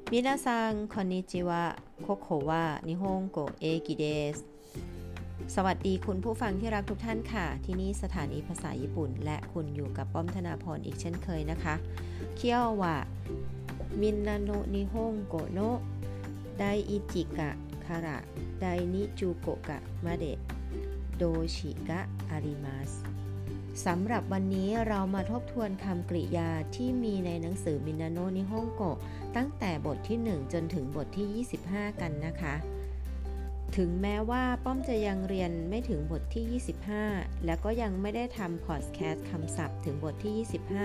มินาซังคอนนิจิวะโคโควะนิฮงโกเอกิเดสสวัสดีคุณผู้ฟังที่รักทุกท่านค่ะที่นี่สถานีภาษาญี่ปุ่นและคุณอยู่กับป้อมธนาพรอีกเช่นเคยนะคะเคียววะมินนาโนนิฮงโกโนะไดอิจิกะคาระไดนิจูโกะมาเดะโดชิกะอาริมัสสำหรับวันนี้เรามาทบทวนคำกริยาที่มีในหนังสือมินาโนะนิฮงโกะตั้งแต่บทที่1จนถึงบทที่25กันนะคะถึงแม้ว่าป้อมจะยังเรียนไม่ถึงบทที่25แล้วก็ยังไม่ได้ทำพอดแคสต์คำศัพท์ถึงบทที่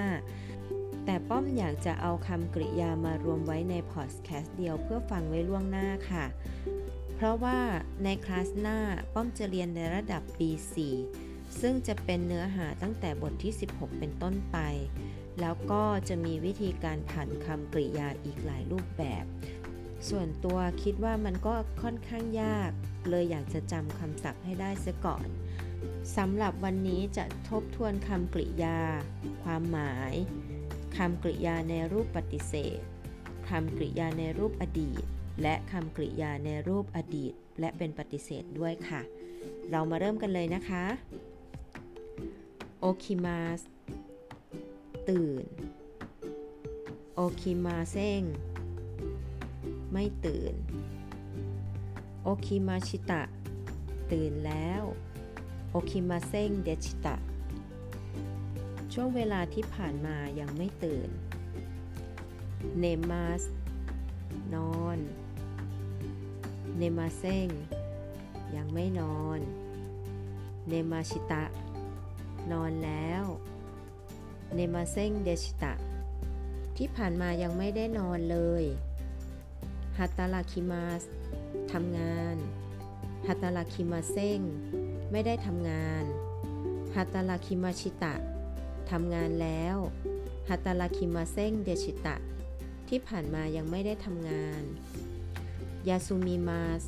25แต่ป้อมอยากจะเอาคำกริยามารวมไว้ในพอดแคสต์เดียวเพื่อฟังไว้ล่วงหน้าค่ะเพราะว่าในคลาสหน้าป้อมจะเรียนในระดับ B4 ซึ่งจะเป็นเนื้อหาตั้งแต่บทที่16เป็นต้นไปแล้วก็จะมีวิธีการผันคำกริยาอีกหลายรูปแบบส่วนตัวคิดว่ามันก็ค่อนข้างยากเลยอยากจะจำคำศัพท์ให้ได้ซะก่อนสำหรับวันนี้จะทบทวนคำกริยาความหมายคำกริยาในรูปปฏิเสธคำกริยาในรูปอดีตและคำกริยาในรูปอดีตและเป็นปฏิเสธด้วยค่ะเรามาเริ่มกันเลยนะคะโอคิมาสตื่นโอคิมาเซ็งไม่ตื่นโอคิมาชิตะตื่นแล้วโอคิมาเซ็งเดชิตะช่วงเวลาที่ผ่านมายังไม่ตื่นเนมาสนอนเนมาเซ็งยังไม่นอนเนมาชิตะนอนแล้วเนมาเซ็งเดชิตะที่ผ่านมายังไม่ได้นอนเลยฮัตตาราคิมาสทำงานฮัตตาราคิมาเซ็งไม่ได้ทำงานฮัตตาราคิมาชิตะทำงานแล้วฮัตตาราคิมาเซ็งเดชิตะที่ผ่านมายังไม่ได้ทำงานยาซูมิมาส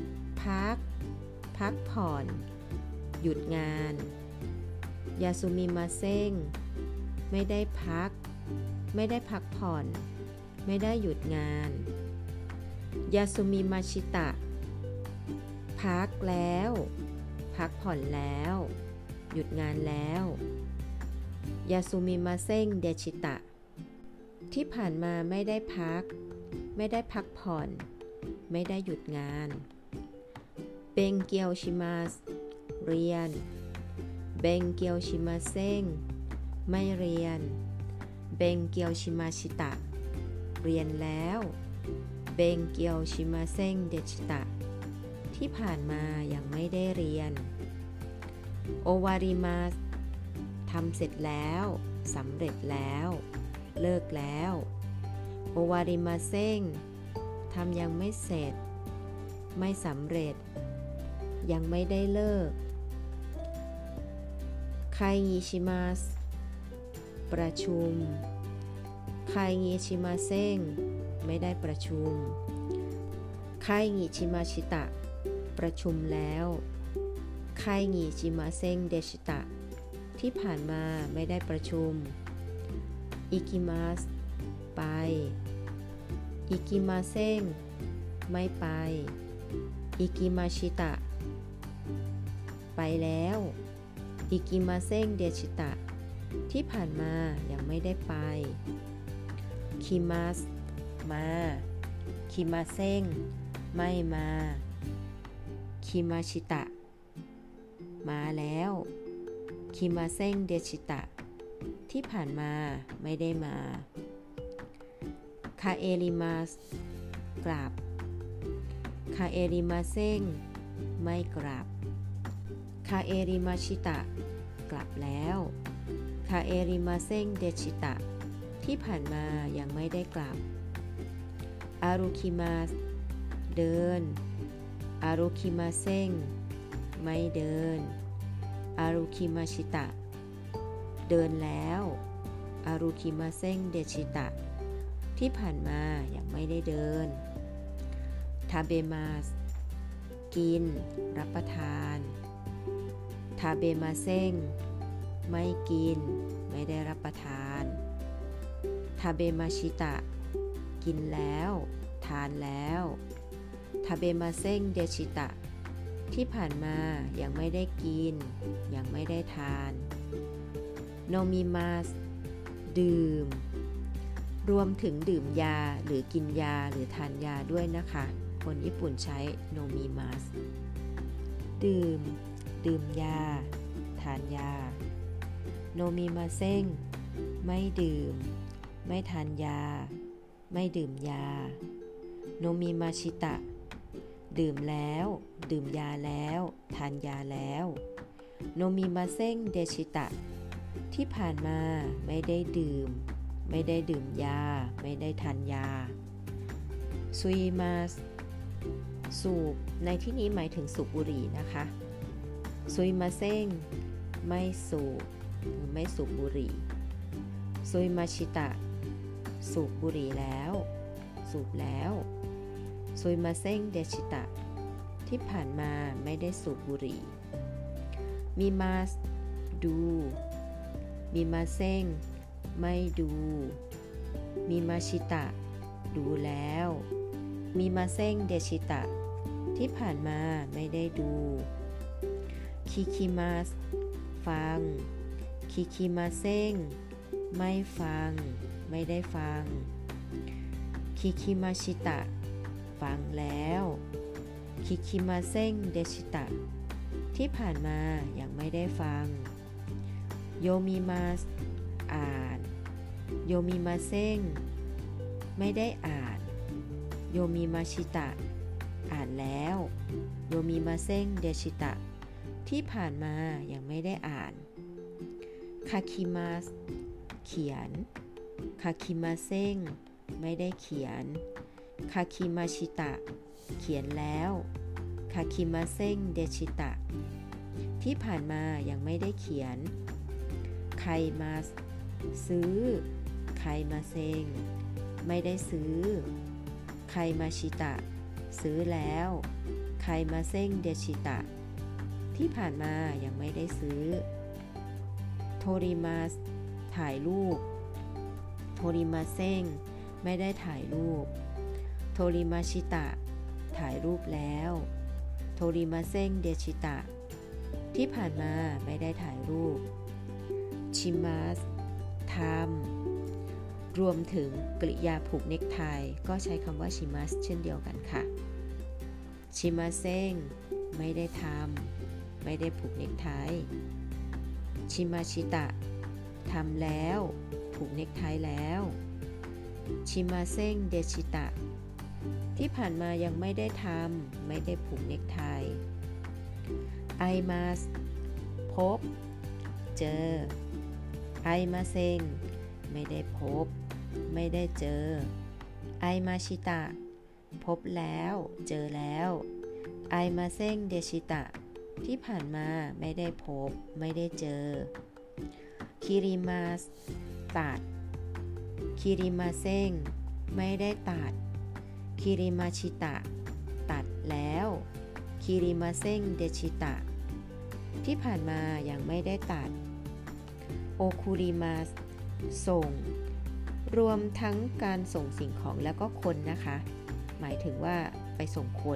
พักผ่อนหยุดงานยาซูมิมาเซ็งไม่ได้พักผ่อนไม่ได้หยุดงานยาซูมิมาชิตะพักแล้วพักผ่อนแล้วหยุดงานแล้วยาซูมิมาเซ็งเดชิตะที่ผ่านมาไม่ได้พักผ่อนไม่ได้หยุดงานเบงเกียวชิมาสเรียนเบงเกียวชิมาเซ็งไม่เรียนเบงเกียวชิมาชิตะเรียนแล้วเบงเกียวชิมาเซ็งเดชิตะที่ผ่านมายังไม่ได้เรียนโอวาริมาสทำเสร็จแล้วสำเร็จแล้วเลิกแล้วโอวาริมาเซ็งทำยังไม่เสร็จไม่สำเร็จยังไม่ได้เลิกไคงิชิมัสประชุมไคงิชิมาเซ็งไม่ได้ประชุมไคงิชิมาชิตะประชุมแล้วไคงิชิมาเซ็งเดชิตะที่ผ่านมาไม่ได้ประชุมอิกิมัสไปอิกิมาเซ็งไม่ไปอิกิมาชิตะไปแล้วอิกิมาเซ็งเดชิตะที่ผ่านมายังไม่ได้ไปคิมัสมาคิมาเซ็งไม่มาคิมาชิตะมาแล้วคิมาเซ็งเดชิตะที่ผ่านมาไม่ได้มาคาเอริมัสกลับคาเอริมาเซ็งไม่กลับคาเอริมาชิตะกลับแล้วคาเอริมาเซ็งเดชิตะที่ผ่านมายังไม่ได้กลับอารุคิมัสเดินอารุคิมาเซ็งไม่เดินอารุคิมาชิตะเดินแล้วอารุคิมาเซ็งเดชิตะที่ผ่านมายังไม่ได้เดินทาเบมัสกินรับประทานทาเบมาเซ็งไม่กินไม่ได้รับประทานทาเบมาชิตะกินแล้วานแล้วทาเบมาเซ็งเดชิตะที่ผ่านมายังไม่ได้กินยังไม่ได้ทานโนมิมาสดื่มรวมถึงดื่มยาหรือกินยาหรือทานยาด้วยนะคะคนญี่ปุ่นใช้โนมิมาสดื่มยาทานยาโนมิมาเซ็งไม่ดื่มไม่ทานยาไม่ดื่มยาโนมิมาชิตะดื่มแล้วดื่มยาแล้วทานยาแล้วโนมิมาเซ็งเดชิตะที่ผ่านมาไม่ได้ดื่มยาไม่ได้ทานยาซุยมาสูบในที่นี้หมายถึงสูบบุหรี่นะคะซุยมาเซ็งไม่สูบหรือไม่สูบบุหรี่ซุยมาชิตะสูบบุหรี่แล้วสูบแล้วซุยมาเซ็งเดชิตะที่ผ่านมาไม่ได้สูบบุหรี่มีมาดูมีมาเซ็งไม่ดูมีมาชิตะดูแล้วมีมาเซ็งเดชิตะที่ผ่านมาไม่ได้ดูคิคิมาสฟังคิคิมาเซ็งไม่ฟังไม่ได้ฟังคิคิมาชิตะฟังแล้วคิคิมาเซ็งเดชิตะที่ผ่านมายังไม่ได้ฟังโยมิมาสอ่านโยมิมาเซ็งไม่ได้อ่านโยมิมาชิตะอ่านแล้วโยมิมาเซ็งเดชิตะที่ผ่านมายังไม่ได้อ่านคาคิมาสเขียนคาคิมาเซ็งไม่ได้เขียนคาคิมาชิตะเขียนแล้วคาคิมาเซ็งเดชิตะที่ผ่านมายังไม่ได้เขียนไคมาซื้อไคมาเซ็งไม่ได้ซื้อไคมาชิตะซื้อแล้วไคมาเซ็งเดชิตะที่ผ่านมายังไม่ได้ซื้อโทริมาสถ่ายรูปโทริมาเซ็งไม่ได้ถ่ายรูปโทริมาชิตะถ่ายรูปแล้วโทริมาเซ็งเดชิตะที่ผ่านมาไม่ได้ถ่ายรูปชิมัสทำรวมถึงกริยาผูกเนคไทก็ใช้คำว่าชิมัสเช่นเดียวกันค่ะชิมาเซ็งไม่ได้ทำไม่ได้ผูกเนคไทชิมาชิตะทำแล้วผูกเนคไทแล้วชิมาเซ็งเดชิตะที่ผ่านมายังไม่ได้ทำไม่ได้ผูกเนคไทไอมาสพบเจอไอมาเซ็งไม่ได้พบไม่ได้เจอไอมาชิตะพบแล้วเจอแล้วไอมาเซ็งเดชิตะที่ผ่านมาไม่ได้พบไม่ได้เจอคิริมาสตัดคิริมาเซ็งไม่ได้ตัดคิริมาชิตะตัดแล้วคิริมาเซ็งเดชิตะที่ผ่านมายังไม่ได้ตัดโอคุริมาสส่งรวมทั้งการส่งสิ่งของแล้วก็คนนะคะหมายถึงว่าไปส่งคน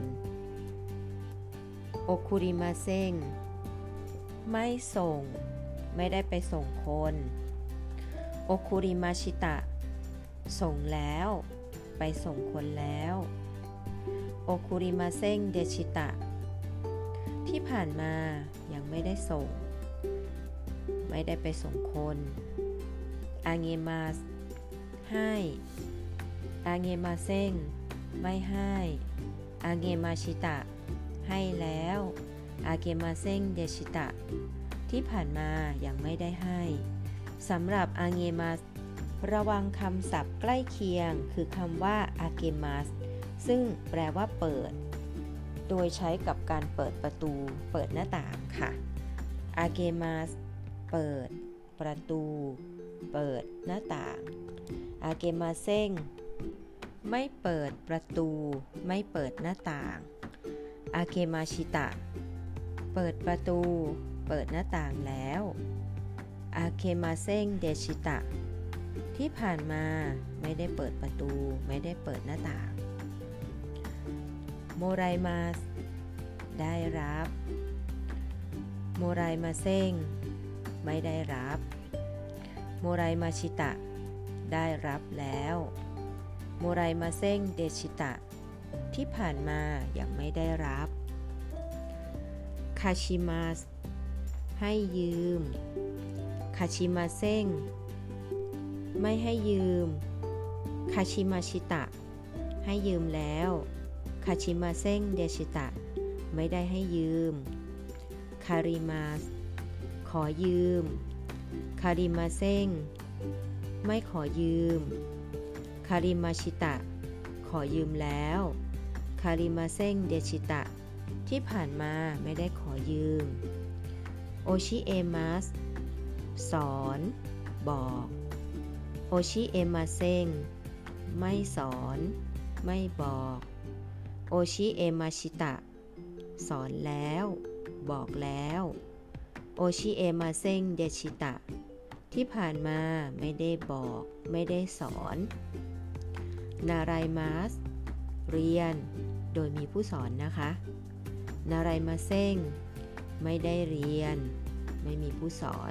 โอคุริมาเซ็งไม่ส่งไม่ได้ไปส่งคนโอคุริมาชิตะส่งแล้วไปส่งคนแล้วโอคุริมาเซ็งเดชิตะที่ผ่านมายังไม่ได้ส่งไม่ได้ไปส่งคนอาเงมาสให้อาเงมาเซ็งไม่ให้อาเงมาชิตะให้แล้วอาเกมาเซ็งเดชิตะที่ผ่านมายังไม่ได้ให้สำหรับอาเงมาสระวังคำศัพท์ใกล้เคียงคือคำว่าอาเกมาสซึ่งแปลว่าเปิดโดยใช้กับการเปิดประตูเปิดหน้าต่างค่ะอาเกมาสเปิดประตูเปิดหน้าต่างอาเกมาเซ็งไม่เปิดประตูไม่เปิดหน้าต่างอาเกมาชิตะเปิดประตูเปิดหน้าต่างแล้วอาเกมาเซ็งเดชิตะที่ผ่านมาไม่ได้เปิดประตูไม่ได้เปิดหน้าต่างโมไรมาสได้รับโมไรมาเซ้งไม่ได้รับโมไรมาชิตะได้รับแล้วโมไรมาเซ้งเดชิตะที่ผ่านมายังไม่ได้รับคาชิมาสให้ยืมคาชิมาเซ้งไม่ให้ยืมคาชิมาชิตะให้ยืมแล้วคาชิมาเซ้งเดชิตะไม่ได้ให้ยืมคาริมาสขอยืมคาริมาเซ้งไม่ขอยืมคาริมาชิตะขอยืมแล้วคาริมาเซ้งเดชิตะที่ผ่านมาไม่ได้ขอยืมโอชิเอมัสสอนบอกโอชิเอมาเซ้งไม่สอนไม่บอกโอชิเอมาชิตะสอนแล้วบอกแล้วโอชิเอมาเซ้งเดชิตะที่ผ่านมาไม่ได้บอกไม่ได้สอนนารายมัสเรียนโดยมีผู้สอนนะคะนารายมาเซ้งไม่ได้เรียนไม่มีผู้สอน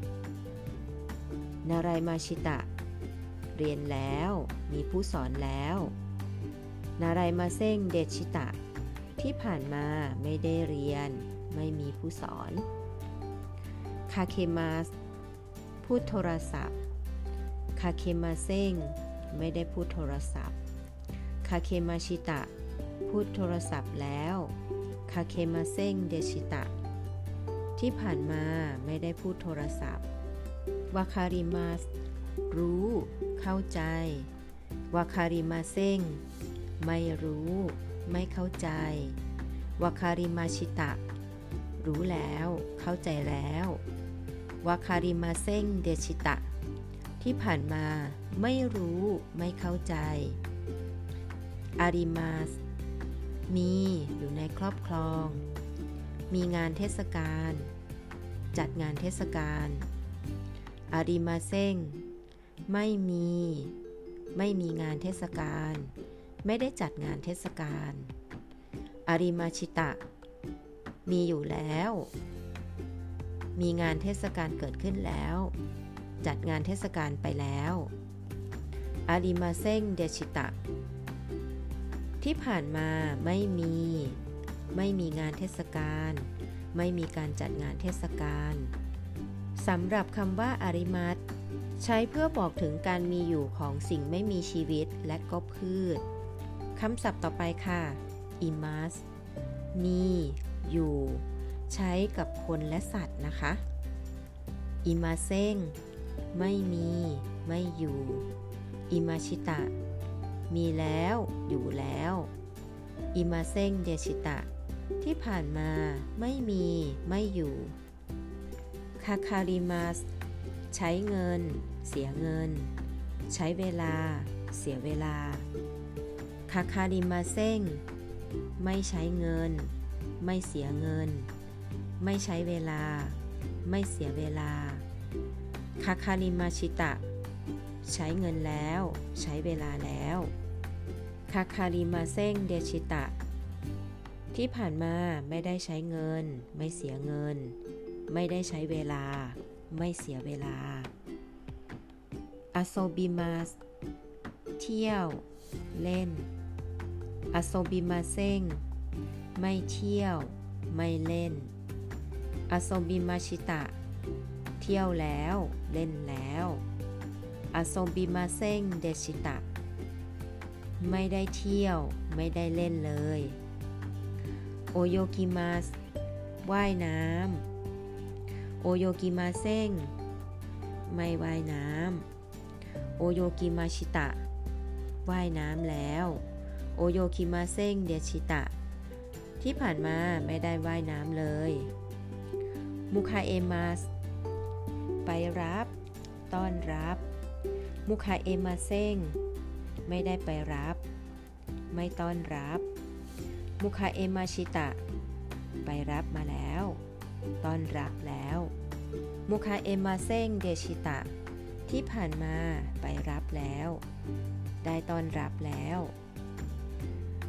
นารายมาชิตะเรียนแล้วมีผู้สอนแล้วนารายมาเซ้งเดชิตะที่ผ่านมาไม่ได้เรียนไม่มีผู้สอนคาเคมัสพูดโทรศัพท์คาเคมาเซ้งไม่ได้พูดโทรศัพท์คาเคมาชิตะพูดโทรศัพท์แล้วคาเคมาเซ้งเดชิตะที่ผ่านมาไม่ได้พูดโทรศัพท์วาคาริมัสรู้เข้าใจวาคาริมาเซ้งไม่รู้ไม่เข้าใจวาคาริมาชิตะรู้แล้วเข้าใจแล้ววาคาริมาเซ้งเดชิตะที่ผ่านมาไม่รู้ไม่เข้าใจอาริมัสมีอยู่ในครอบครองมีงานเทศกาลจัดงานเทศกาลอาริมาเซ้งไม่มีงานเทศกาลไม่ได้จัดงานเทศกาลอาริมาชิตะมีอยู่แล้วมีงานเทศกาลเกิดขึ้นแล้วจัดงานเทศกาลไปแล้วอาริมาเซ้งเดชิตะที่ผ่านมาไม่มีงานเทศกาลไม่มีการจัดงานเทศกาลสำหรับคำว่าอาริมัสใช้เพื่อบอกถึงการมีอยู่ของสิ่งไม่มีชีวิตและก็พืชคำศัพท์ต่อไปค่ะอิมัสมีอยู่ใช้กับคนและสัตว์นะคะอิมาเซ้งไม่มีไม่อยู่อิมาชิตะมีแล้วอยู่แล้วอิมาเซ้งเดชิตะที่ผ่านมาไม่มีไม่อยู่คาคาริมัสใช้เงินเสียเงินใช้เวลาเสียเวลาคาคาริมาเซ้งไม่ใช้เงินไม่เสียเงินไม่ใช้เวลาไม่เสียเวลาคาคาริมาชิตะใช้เงินแล้วใช้เวลาแล้วคาคาริมาเซ้งเดชิตะที่ผ่านมาไม่ได้ใช้เงินไม่เสียเงินไม่ได้ใช้เวลาไม่เสียเวลาอาโซบิมัสเที่ยวเล่นอาโซบิมาเซ้งไม่เที่ยวไม่เล่นอาโซบิมาชิตะเที่ยวแล้วเล่นแล้วอาโซบิมาเซ้งเดชิตะไม่ได้เที่ยวไม่ได้เล่นเลยโอโยกิมัสว่ายน้ำโอโยกิมาเซ้งไม่ว่ายน้ำโอโยกิมาชิตะว่ายน้ำแล้วโอโยกิมาเซ้งเดชิตะที่ผ่านมาไม่ได้ว่ายน้ำเลยมุคาเอมัสไปรับต้อนรับมุคาเอมาเซ้งไม่ได้ไปรับไม่ต้อนรับมุคาเอมาชิตะไปรับมาแล้วต้อนรับแล้วมุคาเอมาเซ้งเดชิตะที่ผ่านมาไปรับแล้วได้ต้อนรับแล้ว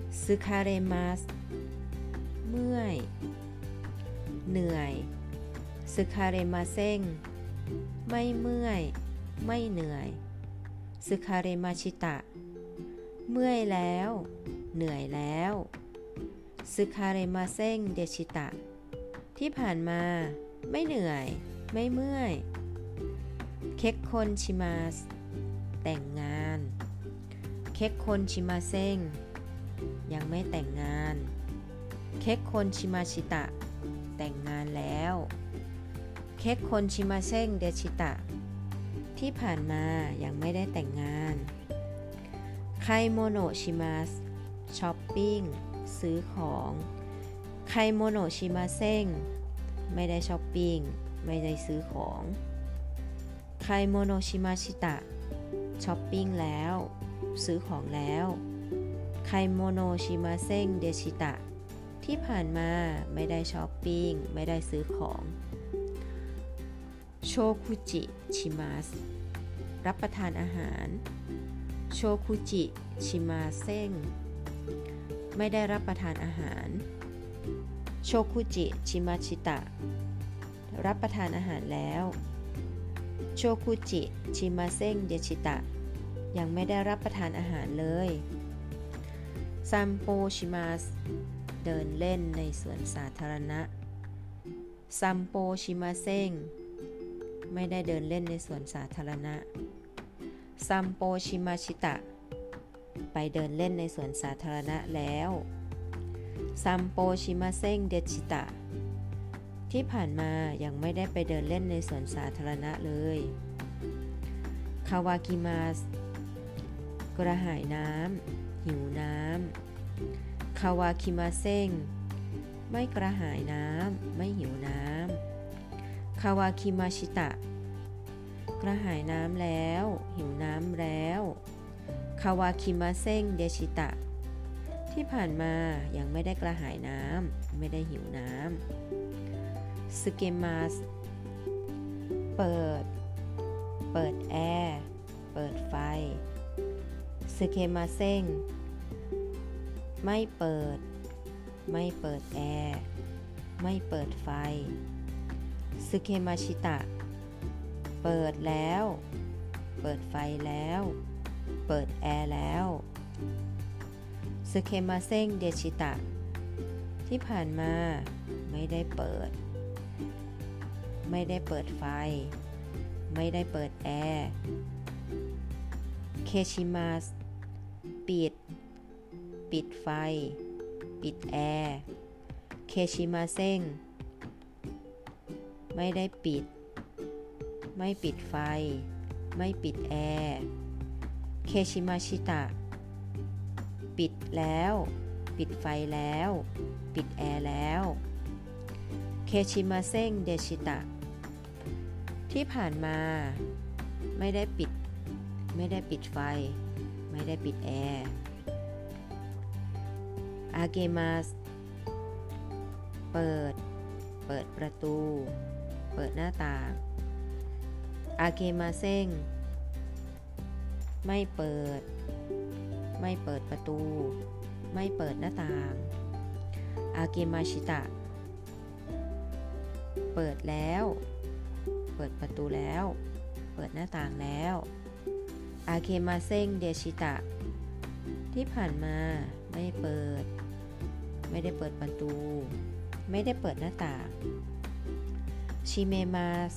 ซึคาเรมัสเมื่อยเหนื่อยซึคาเรมาเซ็งไม่เมื่อยไม่เหนื่อยซึคาเรมาชิตะเมื่อยแล้วเหนื่อยแล้วซึคาเรมาเซ็งเดชิตะที่ผ่านมาไม่เหนื่อยไม่เมื่อยเคคคอนชิมาสแต่งงานเคคคอนชิมาเซ็งยังไม่แต่งงานเคคคอนชิมาชิตะแต่งงานแล้วเคคคอนชิมาเซ็งเดชิตะที่ผ่านมายังไม่ได้แต่งงานไคโมโนะชิมัสช้อปปิ้งซื้อของไคโมโนะชิมาเซ็งไม่ได้ช้อปปิ้งไม่ได้ซื้อของไคโมโนะชิมาชิตะช้อปปิ้งแล้วซื้อของแล้วไคโมโนะชิมาเซ็งเดชิตะที่ผ่านมาไม่ได้ช้อปปิ้งไม่ได้ซื้อของโชคุจิชิมัสรับประทานอาหารโชคุจิชิมาเซ็งไม่ได้รับประทานอาหารโชคุจิชิมาชิตะรับประทานอาหารแล้วโชคุจิชิมาเซ็งเดชิตะยังไม่ได้รับประทานอาหารเลยซัมโปชิมัสเดินเล่นในสวนสาธารณะซัมโปชิมาเซ็งไม่ได้เดินเล่นในสวนสาธารณะซัมโปชิมาชิตะไปเดินเล่นในสวนสาธารณะแล้วซัมโปชิมาเซ็งเดชิตะที่ผ่านมายังไม่ได้ไปเดินเล่นในสวนสาธารณะเลยคาวากิมัสกระหายน้ำหิวน้ำคาวาคิมาเซ็งไม่กระหายน้ำไม่หิวน้ำคาวาคิมาชิตะกระหายน้ำแล้วหิวน้ำแล้วคาวาคิมาเซ็งเดชิตะที่ผ่านมายังไม่ได้กระหายน้ำไม่ได้หิวน้ำสึเกมัสเปิดแอร์เปิดไฟสึเคมาเซ็งไม่เปิดแอร์ไม่เปิดไฟสึเคมาชิตะเปิดแล้วเปิดไฟแล้วเปิดแอร์แล้วสึเคมาเซ็งเดชิตะที่ผ่านมาไม่ได้เปิดไฟไม่ได้เปิดแอร์เคชิมัสปิดไฟปิดแอร์เคชิมาเซ็งไม่ได้ปิดไม่ปิดไฟไม่ปิดแอร์เคชิมาชิตะปิดแล้วปิดไฟแล้วปิดแอร์แล้วเคชิมาเซ็งเดชิตะที่ผ่านมาไม่ได้ปิดไฟไม่ได้ปิดแอร์อาเกมัสเปิดประตูเปิดหน้าต่างอาเกมาเซ็งไม่เปิดประตูไม่เปิดหน้าต่างอาเกมาชิตะเปิดแล้วเปิดประตูแล้วเปิดหน้าต่างแล้วอาเกมาเซ็งเดชิตะที่ผ่านมาไม่ได้เปิดประตูไม่ได้เปิดหน้าต่างชิเมมัส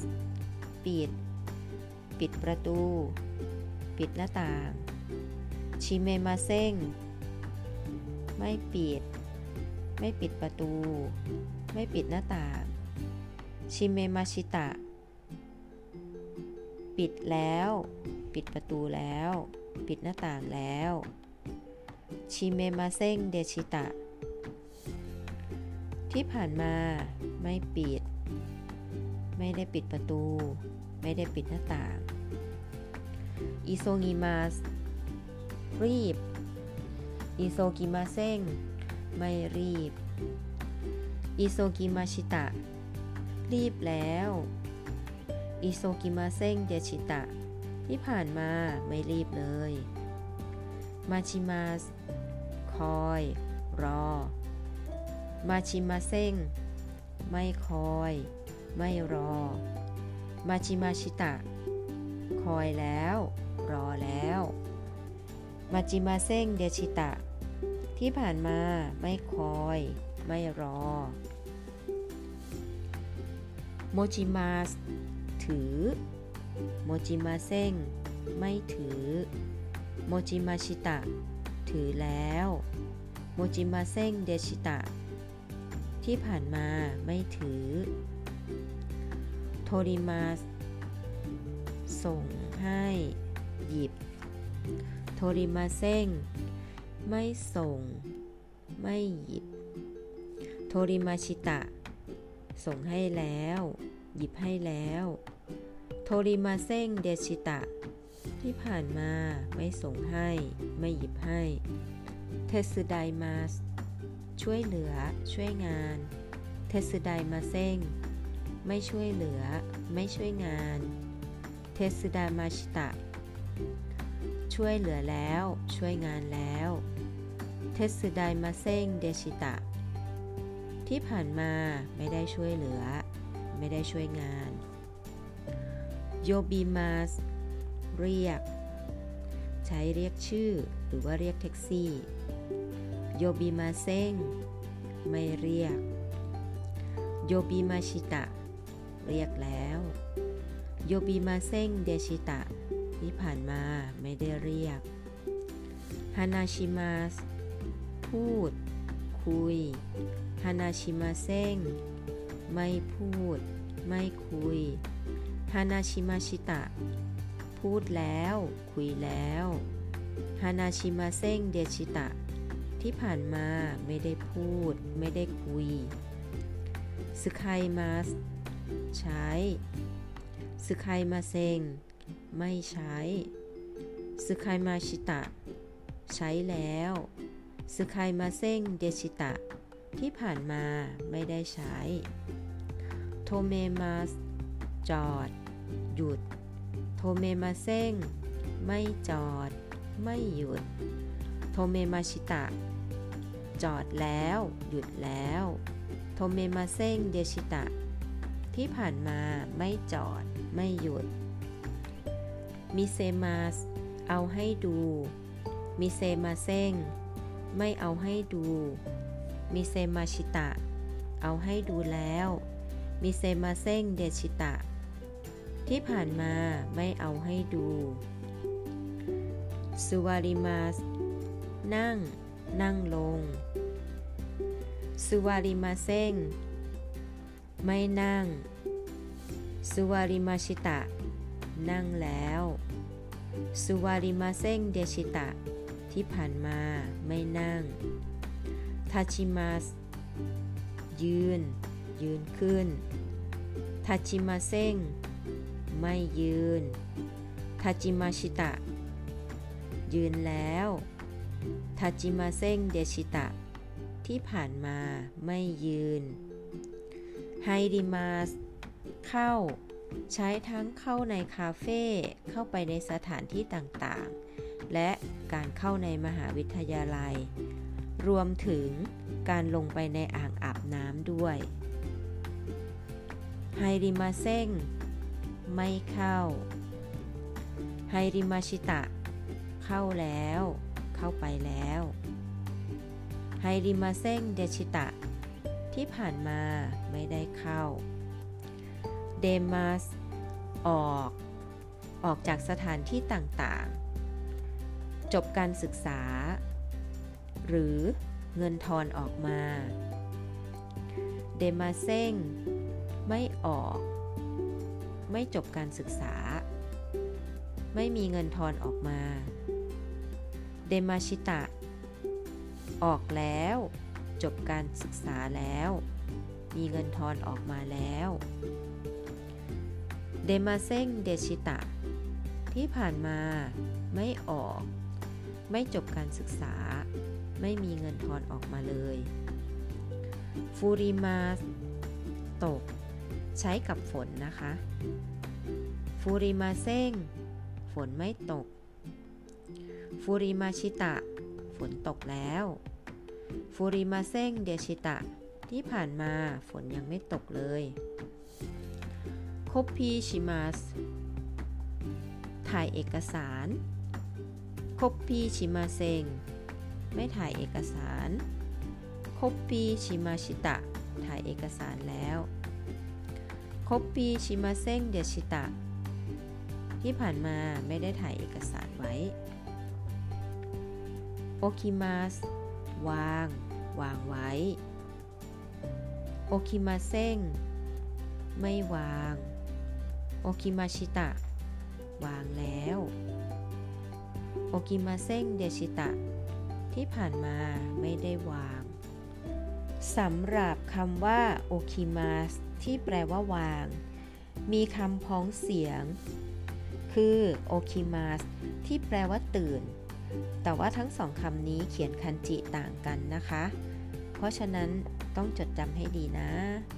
ปิดประตูปิดหน้าต่างชิเมมาเซ็งไม่ปิดประตูไม่ปิดหน้าต่างชิเมมาชิตะปิดแล้วปิดประตูแล้วปิดหน้าต่างแล้วชิเมมาเซ็งเดชิตะที่ผ่านมาไม่ได้ปิดประตูไม่ได้ปิดหน้าต่างอิโซงิมัสรีบอิโซกิมาเซ็งไม่รีบอิโซกิมาชิตะรีบแล้วอิโซกิมาเซ็งเดชิตะที่ผ่านมาไม่รีบเลยมาชิมัสขอย รอ มาชิมาเซ็งไม่คอยไม่รอ มาชิมาชิตะคอยแล้วรอแล้วมาจิมาเซ็งเดชิตะที่ผ่านมาไม่คอยไม่รอโมจิมาสถือโมจิมาเซ็งไม่ถือโมจิมาชิตะถือแล้วโมจิมาเซ็งเดชิตะที่ผ่านมาไม่ถือโทริมาสส่งให้หยิบโทริมาเซ็งไม่ส่งไม่หยิบโทริมาชิตะส่งให้แล้วหยิบให้แล้วโทริมาเซ็งเดชิตะที่ผ่านมาไม่ส่งให้ไม่หยิบให้เทสึไดมาสช่วยเหลือช่วยงานเทสึไดมาเซ็งไม่ช่วยเหลือไม่ช่วยงานเทสึไดมาชิตะช่วยเหลือแล้วช่วยงานแล้วเทสึไดมาเซ็งเดชิตะที่ผ่านมาไม่ได้ช่วยเหลือไม่ได้ช่วยงานโยบิมาสเรียกใช้เรียกชื่อหรือว่าเรียกแท็กซี่โยบิมาเซ็งไม่เรียกโยบิมาชิตะเรียกแล้วโยบิมาเซ็งเดชิตะที่ผ่านมาไม่ได้เรียกฮานาชิมาสพูดคุยฮานาชิมาเซ็งไม่พูดไม่คุยฮานาชิมาชิตะพูดแล้วคุยแล้วฮานาชิมาเซ็งเดชิตะที่ผ่านมาไม่ได้พูดไม่ได้คุยสึไคมาสใช้สึไคมาเซ็งไม่ใช้สึไคมาชิตะใช้แล้วสึไคมาเซ็งเดชิตะที่ผ่านมาไม่ได้ใช้โทเมมาสจอดหยุดโทเมมาเซ็งไม่จอดไม่หยุดโทเมมาชิตะจอดแล้วหยุดแล้วโทเมมาเซ็งเดชิตะที่ผ่านมาไม่จอดไม่หยุดมิเซมาสเอาให้ดูมิเซมาเซ็งไม่เอาให้ดูมิเซมาชิตะเอาให้ดูแล้วมิเซมาเซ็งเดชิตะที่ผ่านมาไม่เอาให้ดูสุวาริมาสนั่งลงสุวาริมาเซ็งไม่นั่งสุวาริมาชิตะนั่งแล้วสุวาริมาเซ็งเดชิตะที่ผ่านมาไม่นั่งทาชิมาสยืนขึ้นทาชิมาเซ็งไม่ยืนทาจิมาชิตะยืนแล้วทาจิมาเซ็งเดชิตะที่ผ่านมาไม่ยืนไฮริมาสเข้าใช้ทั้งเข้าในคาเฟ่เข้าไปในสถานที่ต่างๆและการเข้าในมหาวิทยาลัยรวมถึงการลงไปในอ่างอาบน้ำด้วยไฮริมาเซ็งไม่เข้าไฮริมาชิตะเข้าแล้วเข้าไปแล้วไฮริมาเซ็งเดชิตะที่ผ่านมาไม่ได้เข้าเดมาสออกจากสถานที่ต่างๆจบการศึกษาหรือเงินทอนออกมาเดมาเซ็งไม่ออกไม่จบการศึกษาไม่มีเงินทอนออกมาเดมาชิตะออกแล้วจบการศึกษาแล้วมีเงินทอนออกมาแล้วเดมาเซ็งเดชิตะที่ผ่านมาไม่ออกไม่จบการศึกษาไม่มีเงินทอนออกมาเลยฟูริมาตกใช้กับฝนนะคะฟูริมาเซ็งฝนไม่ตกฟูริมาชิตะฝนตกแล้วฟูริมาเซ็งเดชิตะที่ผ่านมาฝนยังไม่ตกเลยคบพีชิมัสถ่ายเอกสารคบพีชิมาเซ็งไม่ถ่ายเอกสารคบพีชิมาชิตะถ่ายเอกสารแล้วคบพีชิมาเซ็งเดชิตะที่ผ่านมาไม่ได้ถ่ายเอกสารไว้โอคิมัสวางไว้โอคิมาเซ็งไม่วางโอคิมาชิตะวางแล้วโอคิมาเซ็งเดชิตะที่ผ่านมาไม่ได้วางสำหรับคำว่าโอคิมัสที่แปลว่าวางมีคำพ้องเสียงคือโอคิมัสที่แปลว่าตื่นแต่ว่าทั้งสองคำนี้เขียนคันจิต่างกันนะคะเพราะฉะนั้นต้องจดจำให้ดีนะ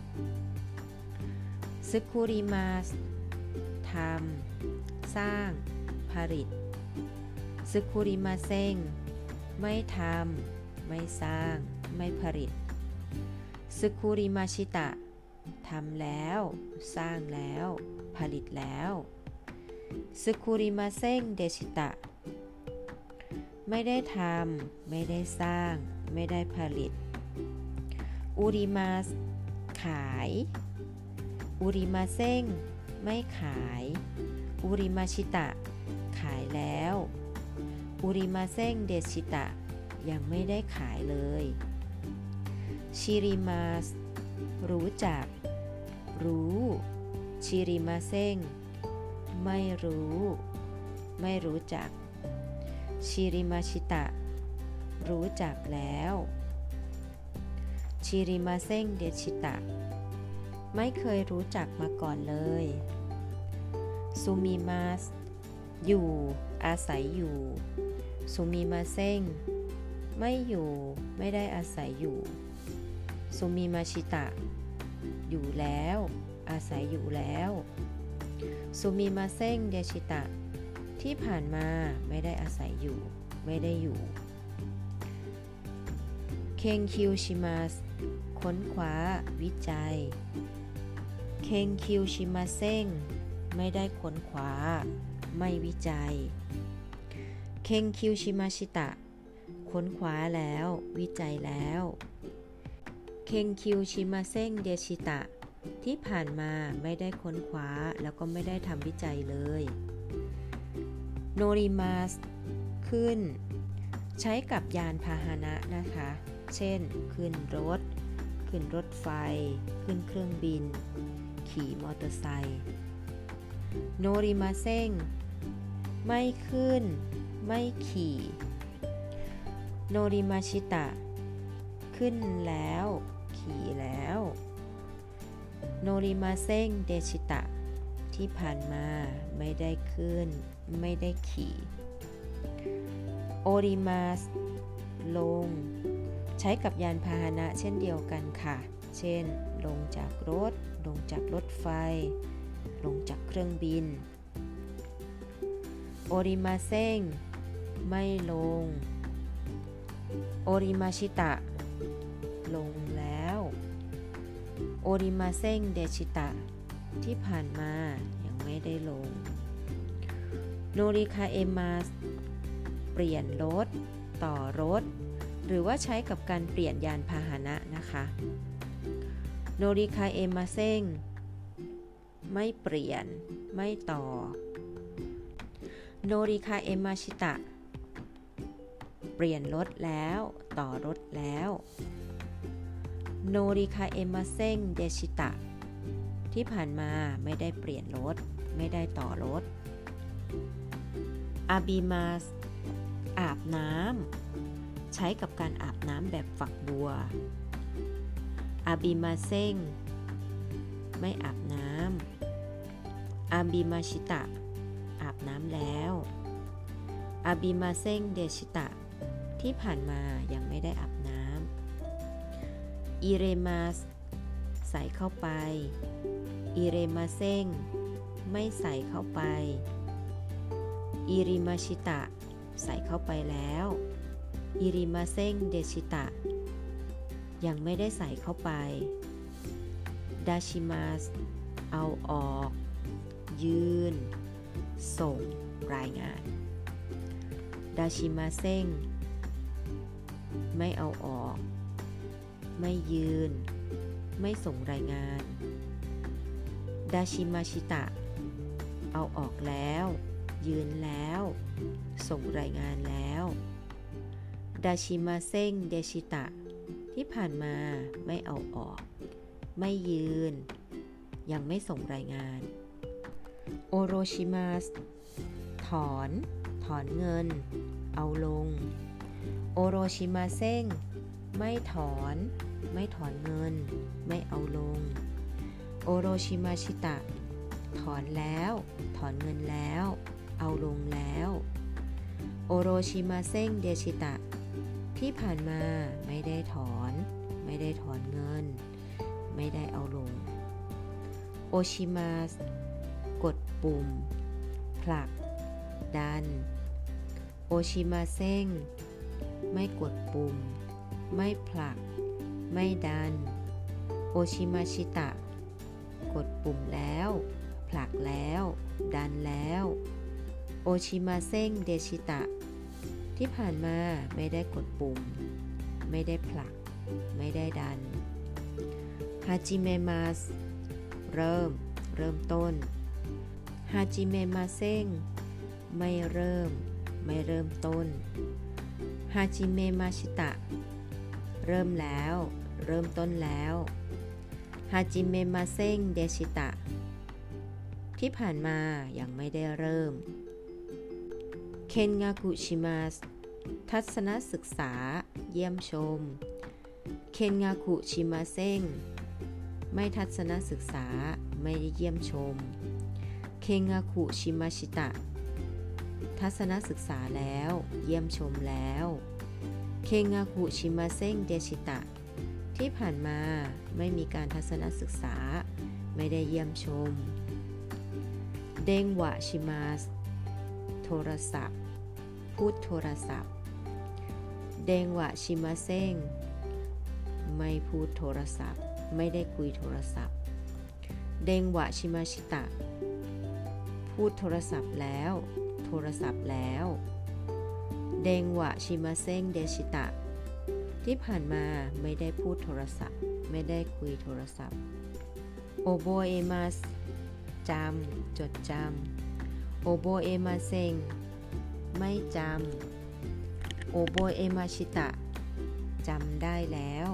ซึคุริมัสทำสร้างผลิตซึคุริมาเซ็งไม่ทำไม่สร้างไม่ผลิตซึคุริมาชิตะทำแล้วสร้างแล้วผลิตแล้วซึคุริมาเซ็งเดชิตะไม่ได้ทำไม่ได้สร้างไม่ได้ผลิตอุริมาสขายอุริมาเซ็งไม่ขายอุริมาชิตะขายแล้วอุริมาเซ็งเดชิตะยังไม่ได้ขายเลยชิริมาสรู้จักรู้ชิริมาเซ็งไม่รู้จักชิริมาชิตะรู้จักแล้วชิริมาเซ็งเดชิตะไม่เคยรู้จักมาก่อนเลยซูมิมัสอยู่อาศัยอยู่ซูมิมาเซ็งไม่อยู่ไม่ได้อาศัยอยู่ซูมิมาชิตะอยู่แล้วอาศัยอยู่แล้วซูมิมาเซ็งเดชิตะที่ผ่านมาไม่ได้อาศัยอยู่ไม่ได้อยู่เคนคิวชิมัสค้นคว้าวิจัยเคนคิวชิมาเซ็งไม่ได้ค้นคว้าไม่วิจัยเคนคิวชิมาชิตะค้นคว้าแล้ววิจัยแล้วเคนคิวชิมาเซ็งเดชิตะที่ผ่านมาไม่ได้ค้นคว้าแล้วก็ไม่ได้ทำวิจัยเลยโนริมัสขึ้นใช้กับยานพาหนะนะคะเช่นขึ้นรถไฟขึ้นเครื่องบินขี่มอเตอร์ไซค์โนริมาเซ็งไม่ขึ้นไม่ขี่โนริมาชิตะขึ้นแล้วขี่แล้วโนริมาเซ็งเดชิตะที่ผ่านมาไม่ได้ขึ้นไม่ได้ขี่โอริมัสลงใช้กับยานพาหนะเช่นเดียวกันค่ะเช่นลงจากรถไฟลงจากเครื่องบินโอริมาเซ็งไม่ลงโอริมาชิตะลงแล้วโอริมาเซ็งเดชิตะที่ผ่านมายังไม่ได้ลงโนริคาเอมัสเปลี่ยนรถต่อรถหรือว่าใช้กับการเปลี่ยนยานพาหนะนะคะโนริคาเอมาเซ็งไม่เปลี่ยนไม่ต่อโนริคาเอมาชิตะเปลี่ยนรถแล้วต่อรถแล้วโนริคาเอมาเซ็งเดชิตะที่ผ่านมาไม่ได้เปลี่ยนรถไม่ได้ต่อรถอาบิมัสอาบน้ำใช้กับการอาบน้ำแบบฝักบัวอาบิมาเซ็งไม่อาบน้ำอาบิมาชิตะอาบน้ำแล้วอาบิมาเซ็งเดชิตะที่ผ่านมายังไม่ได้อาบน้ำอิเรมัสใส่เข้าไปอิเรมาเซ็งไม่ใส่เข้าไปอิริมาชิตะใส่เข้าไปแล้วอิริมาเซ็งเดชิตะยังไม่ได้ใส่เข้าไปดาชิมัสเอาออกยืนส่งรายงานดาชิมาเซ็งไม่เอาออกไม่ยืนไม่ส่งรายงานดาชิมาชิตะเอาออกแล้วยืนแล้วส่งรายงานแล้วดาชิมาเซ็งเดชิตะที่ผ่านมาไม่เอาออกไม่ยืนยังไม่ส่งรายงานโอโรชิมัสถอนเงินเอาลงโอโรชิมาเซ็งไม่ถอนเงินไม่เอาลงโอโรชิมาชิตะถอนแล้วถอนเงินแล้วเอาลงแล้วโอโรชิมาเซ็งเดชิตะที่ผ่านมาไม่ได้ถอนเงินไม่ได้เอาลงโอชิมัสกดปุ่มผลักดันโอชิมาเซ็งไม่กดปุ่มไม่ผลักไม่ดันโอชิมาชิตะกดปุ่มแล้วผลักแล้วดันแล้วโอชิมาเซ็งเดชิตะที่ผ่านมาไม่ได้กดปุ่มไม่ได้ผลักไม่ได้ดันฮาจิเมมัสเริ่มต้นฮาจิเมมัสเซ็งไม่เริ่มต้นฮาจิเมมัชิตะเริ่มต้นแล้วฮาจิเมมัสเซ็งเดชิตะที่ผ่านมายังไม่ได้เริ่มเคนงากุชิมัสทัศนศึกษาเยี่ยมชมเคนงากุชิมาเซ็งไม่ทัศนศึกษาไม่ได้เยี่ยมชมเคนงากุชิมาชิตะทัศนศึกษาแล้วเยี่ยมชมแล้วเคนงากุชิมาเซ็งเดชิตะที่ผ่านมาไม่มีการทัศนศึกษาไม่ได้เยี่ยมชมเดงวะชิมัสโทรศัพท์พูดโทรศัพท์เดงวะชิมาเซ็งไม่พูดโทรศัพท์ไม่ได้คุยโทรศัพท์เดงวะชิมาชิตะพูดโทรศัพท์แล้วเดงวะชิมาเซ็งเดชิตะที่ผ่านมาไม่ได้พูดโทรศัพท์ไม่ได้คุยโทรศัพท์โอโบเอมัสจดจำโอโบเอมาเซ็งไม่จำโอโบเอมาชิตะจำได้แล้ว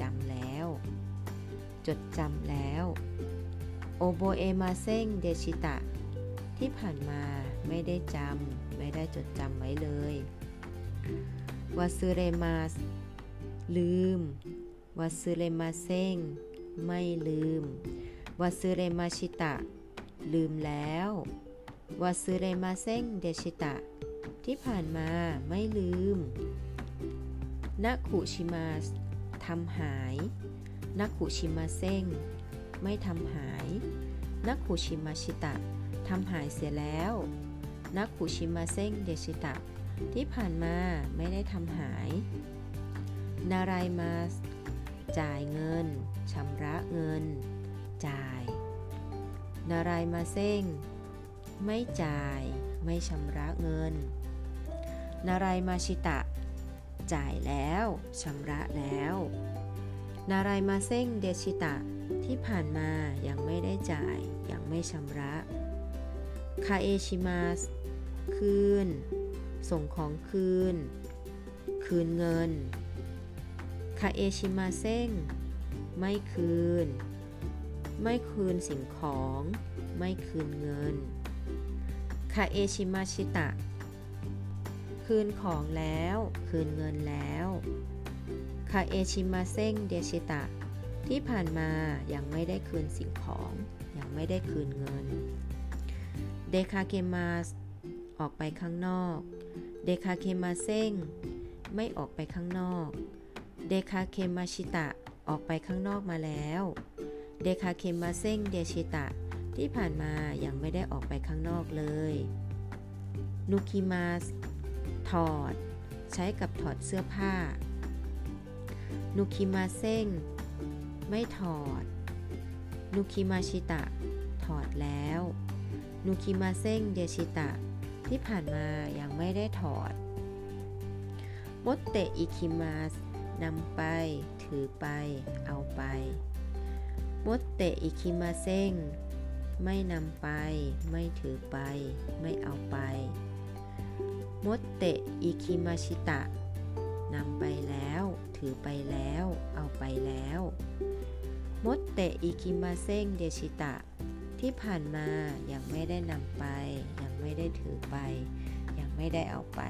จดจำแล้วโอโบเอมาเซ็งเดชิตะที่ผ่านมาไม่ได้จำไม่ได้จดจำไว้เลยวาซึเรมัสลืมวาซึเรมาเซ็งไม่ลืมวาซึเรมาชิตะลืมแล้ววาซึเรมาเซ็งเดชิตะที่ผ่านมาไม่ลืมนาคุชิมัสทำหายนาคุชิมาเซ็งไม่ทำหายนาคุชิมาชิตะทำหายเสียแล้วนาคุชิมาเซ็งเดชิตะที่ผ่านมาไม่ได้ทำหายนารายมัสจ่ายเงินชำระเงินจ่ายนารายมาเซ็งไม่จ่ายไม่ชำระเงินนารายมาชิตะจ่ายแล้วชำระแล้วนารายมาเซ็งเดชิตะที่ผ่านมายังไม่ได้จ่ายยังไม่ชำระคาเอชิมัสคืนส่งของคืนเงินคาเอชิมาเซ็งไม่คืนสิ่งของไม่คืนเงินคาเอชิมาชิตะคืนของแล้วคืนเงินแล้วคาเอชิมาเซ็งเดชิตะที่ผ่านมายังไม่ได้คืนสิ่งของยังไม่ได้คืนเงินเดคาเคมัสออกไปข้างนอกเดคาเคมาเซ็งไม่ออกไปข้างนอกเดคาเคมาชิตะออกไปข้างนอกมาแล้วเดคาเคมาเซ็งเดชิตะที่ผ่านมายังไม่ได้ออกไปข้างนอกเลยนุคิมัสถอดใช้กับถอดเสื้อผ้านุคิมาเซ็งไม่ถอดนุคิมาชิตะถอดแล้วนุคิมาเซ็งเดชิตะที่ผ่านมายังไม่ได้ถอดมดเตะอิคิมาสนำไปถือไปเอาไปมดเตะอิคิมาเซ็งไม่นำไปไม่ถือไปไม่เอาไปมดเตะอิคิมาชิตะนำไปแล้วถือไปแล้วเอาไปแล้วมดเตะอิคิมาเซ็งเดชิตะที่ผ่านมายังไม่ได้นำไปยังไม่ได้ถือไปยังไม่ได้เอาไป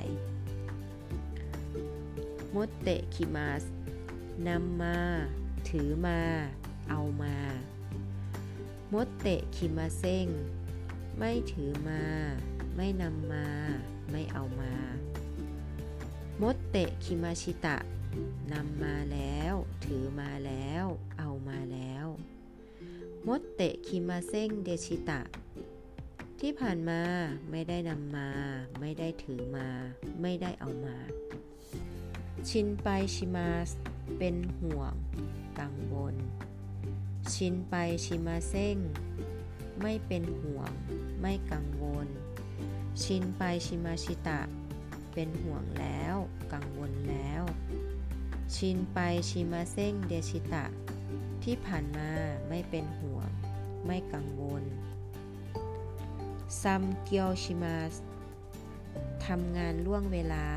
มดเตะคิมาสนำมาถือมาเอามามดเตะคิมาเซ็งไม่ถือมาไม่นำมาไม่เอามามดเตะคิมาชิตะนำมาแล้วถือมาแล้วเอามาแล้วมดเตะคิมาเซ็งเดชิตะที่ผ่านมาไม่ได้นำมาไม่ได้ถือมาไม่ได้เอามาชินไปชิมาสเป็นห่วงกังวลชินไปชิมาเซ็งไม่เป็นห่วงไม่กังวลชินไปชิมาชิตะเป็นห่วงแล้วกังวลแล้วชินไปชิมาเซ็งเดชิตะที่ผ่านมาไม่เป็นห่วงไม่กังวลซัมเกียวชิมาสทำงานล่วงเวลา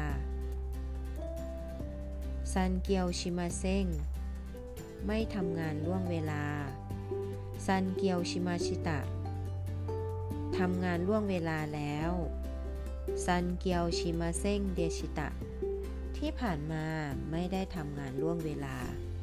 ซันเกียวชิมาเซ็งไม่ทำงานล่วงเวลาซันเกียวชิมาชิตะทำงานล่วงเวลาแล้วซันเกียวชิมาเซ็งเดชิตะที่ผ่านมาไม่ได้ทำงานล่วงเวลา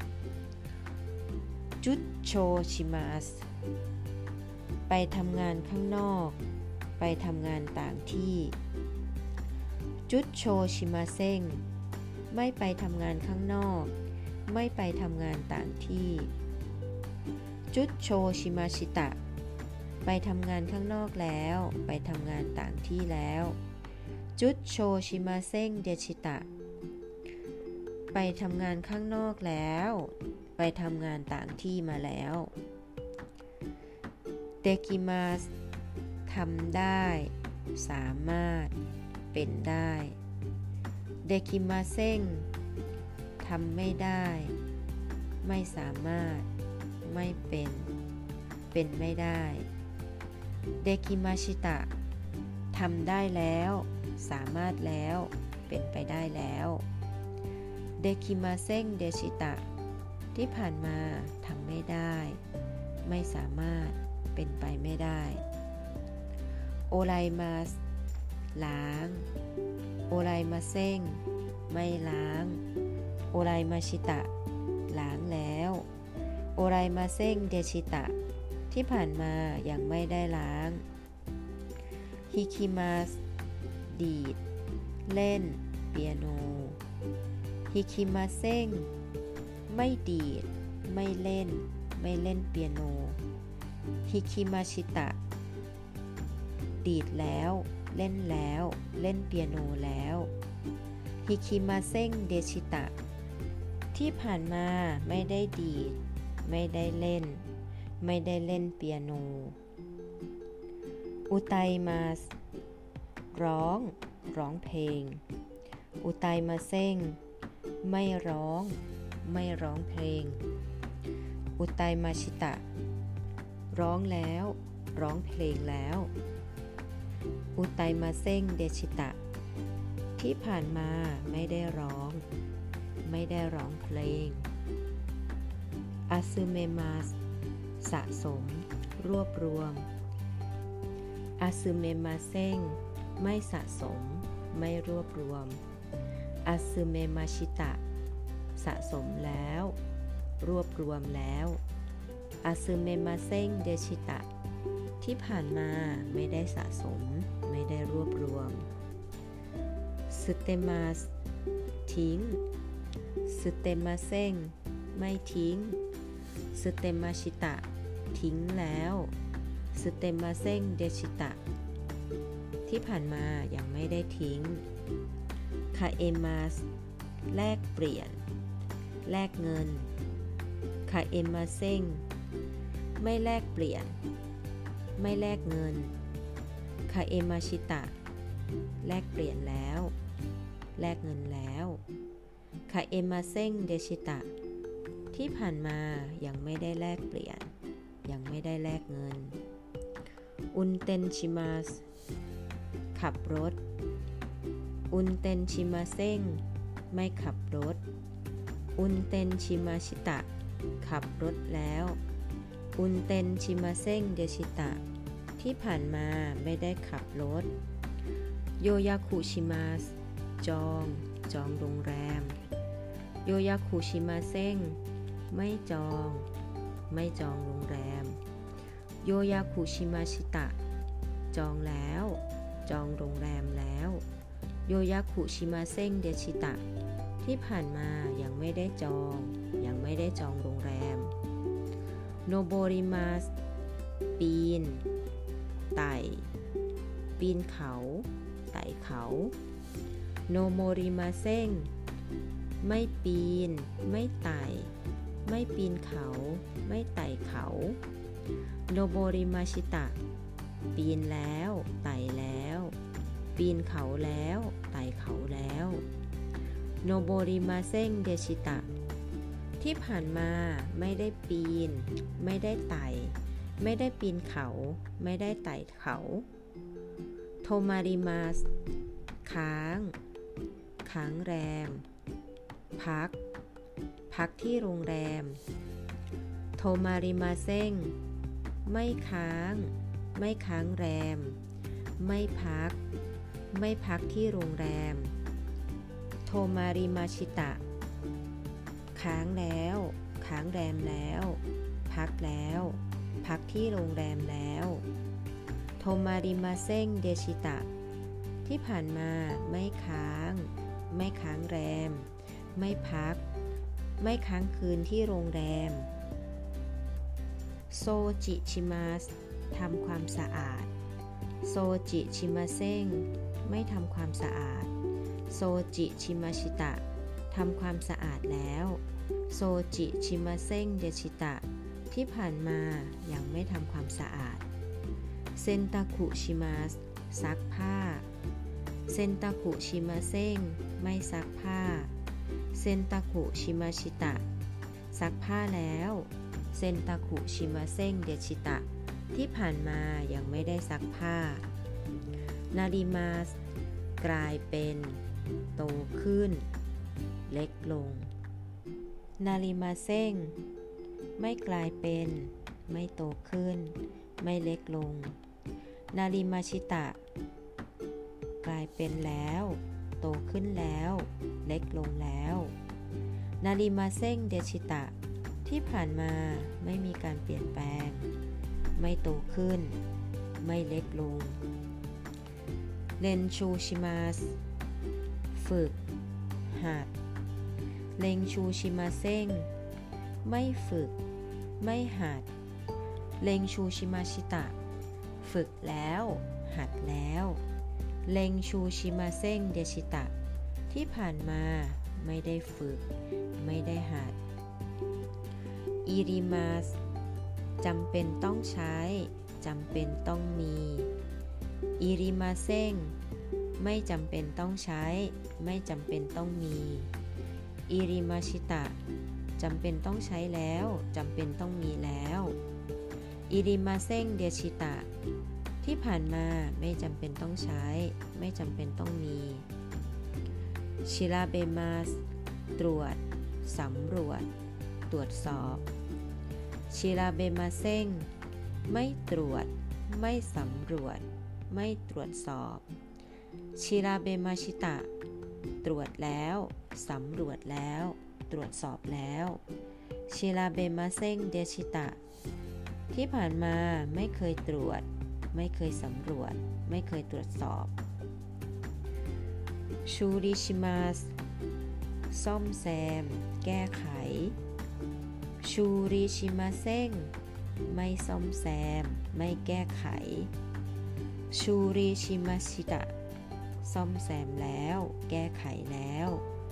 จุดโชชิมาสไปทำงานข้างนอกไปทำงานต่างที่จุดโชชิมาเซ็งไม่ไปทำงานข้างนอกไม่ไปทำงานต่างที่จุดโชชิมาชิตะไปทำงานข้างนอกแล้วไปทำงานต่างที่แล้วจุดโชชิมาเซ็งเดชิตะไปทำงานข้างนอกแล้วไปทำงานต่างที่มาแล้วเดกิมาสทำได้สามารถเป็นได้เดกิมาเซ็งทำไม่ได้ไม่สามารถไม่เป็นไม่ได้เดกิมาชิตะทำได้แล้วสามารถแล้วเป็นไปได้แล้วเดกิมาเซ็งเดชิตะที่ผ่านมาทำไม่ได้ไม่สามารถเป็นไปไม่ได้โอไลมาสล้างโอไลมาเซ็งไม่ล้างโอไลมาชิตะล้างแล้วโอไลมาเซ็งเดชิตะที่ผ่านมายังไม่ได้ล้างฮิคิมาสดีดเล่นเปียโนฮิคิมาเซ็งไม่ดีดไม่เล่นเปียโนฮิคิมาชิตะดีดแล้วเล่นเปียโนแล้วฮิคิมาเซ็งเดชิตะที่ผ่านมาไม่ได้ดีดไม่ได้เล่นเปียโนอุไตมาสร้องเพลงอุไตมาเซ็งไม่ร้องเพลงอุไตมาชิตะร้องแล้วร้องเพลงแล้วอุไตมาเซ็งเดชิตะที่ผ่านมาไม่ได้ร้องเพลงอาซึเมมาสสะสมรวบรวมอาซึเมมาเซ็งไม่สะสมไม่รวบรวมอาซึเมมาชิตะสะสมแล้วรวบรวมแล้วอาซึเมมาเซ็งเดชิตะที่ผ่านมาไม่ได้สะสมไม่ได้รวบรวมสึเตมาสทิ้งสึเตมาเซ็งไม่ทิ้งสึเตมาชิตะทิ้งแล้วสึเตมาเซ็งเดชิตะที่ผ่านมายังไม่ได้ทิ้งคาเอมาสแลกเปลี่ยนแลกเงินคาเอมาเซ็งไม่แลกเปลี่ยนไม่แลกเงินคาเอมาชิตะแลกเปลี่ยนแล้วแลกเงินแล้วคาเอมาเซ็งเดชิตะที่ผ่านมายังไม่ได้แลกเปลี่ยนยังไม่ได้แลกเงินอุนเตนชิมาสขับรถอุนเตนชิมาเซ็งไม่ขับรถอุนเตนชิมาชิตะขับรถแล้วอุนเตนชิมาเซ็งเดชิตะที่ผ่านมาไม่ได้ขับรถโยยาคุชิมาสจองโรงแรมโยยาคุชิมาเซ็งไม่จองโรงแรมโยยาคุชิมาชิตะจองแล้วจองโรงแรมแล้วโยยาคุชิมาเซ็งเดชิตะที่ผ่านมายังไม่ได้จองโรงแรมโนโบริมาสปีนไต่ปีนเขาไต่เขาโนโมริมาเซ็งไม่ปีนไม่ไต่ไม่ปีนเขาไม่ไต่เขาโนโบริมาชิตะปีนแล้วไต่แล้วปีนเขาแล้วไต่เขาแล้วโนโบริมาเซ็งเดชิตะที่ผ่านมาไม่ได้ปีนไม่ได้ไต่ไม่ได้ปีนเขาไม่ได้ไต่เขาโทมาริมาสค้างแรมพักที่โรงแรมโทมาริมาเซ็งไม่ค้างแรมไม่พักที่โรงแรมโทมาริมาชิตะค้างแรมแล้วพักที่โรงแรมแล้วโทมาริมาเซ็งเดชิตะที่ผ่านมาไม่ค้างแรมไม่ค้างคืนที่โรงแรมโซจิชิมาสทำความสะอาดโซจิชิมาเซ็งไม่ทำความสะอาดโซจิชิมาชิตะทำความสะอาดแล้วโซจิชิมาเซ็งเดชิตะที่ผ่านมายังไม่ทำความสะอาดเซนตาคุชิมาสซักผ้าเซนตาคุชิมาเซ็งไม่ซักผ้าเซนตาคุชิมาชิตะซักผ้าแล้วเซนตาคุชิมาเซ็งเดชิตะที่ผ่านมายังไม่ได้ซักผ้านาริมาสกลายเป็นโตขึ้นเล็กลงนาริมาเซ็งไม่กลายเป็นไม่โตขึ้นไม่เล็กลงนาริมาชิตะกลายเป็นแล้วโตขึ้นแล้วเล็กลงแล้วนาริมาเซ็งเดชิตะที่ผ่านมาไม่มีการเปลี่ยนแปลงไม่โตขึ้นไม่เล็กลงเรนชูชิมาสฝึกหัดเรนชูชิมาเซ็งไม่ฝึกไม่หัดเรนชูชิมาชิตะฝึกแล้วหัดแล้วเรนชูชิมาเซ็งเดชิตะที่ผ่านมาไม่ได้ฝึกไม่ได้หัดอิริมาสจำเป็นต้องใช้จำเป็นต้องมีอิริมาเซ็งไม่จำเป็นต้องใช้ไม่จำเป็นต้องมีอิริมาชิตะจำเป็นต้องใช้แล้วจำเป็นต้องมีแล้วอิริมาเซ็งเดชิตะที่ผ่านมาไม่จำเป็นต้องใช้ไม่จำเป็นต้องมีชิราเบมาสตรวจสำรวจตรวจสอบชิราเบมาเซ็งไม่ตรวจไม่สำรวจไม่ตรวจสอบชิราเบมาชิตะตรวจแล้วสำรวจแล้วตรวจสอบแล้วชิราเบมาเซ็งเดชิตะที่ผ่านมาไม่เคยตรวจไม่เคยสำรวจไม่เคยตรวจสอบชูริชิมาสซ่อมแซมแก้ไขชูริชิมาเซ็งไม่ซ่อมแซมไม่แก้ไขชูริชิมาชิตะซ่อมแซมแล้วแก้ไขแล้ว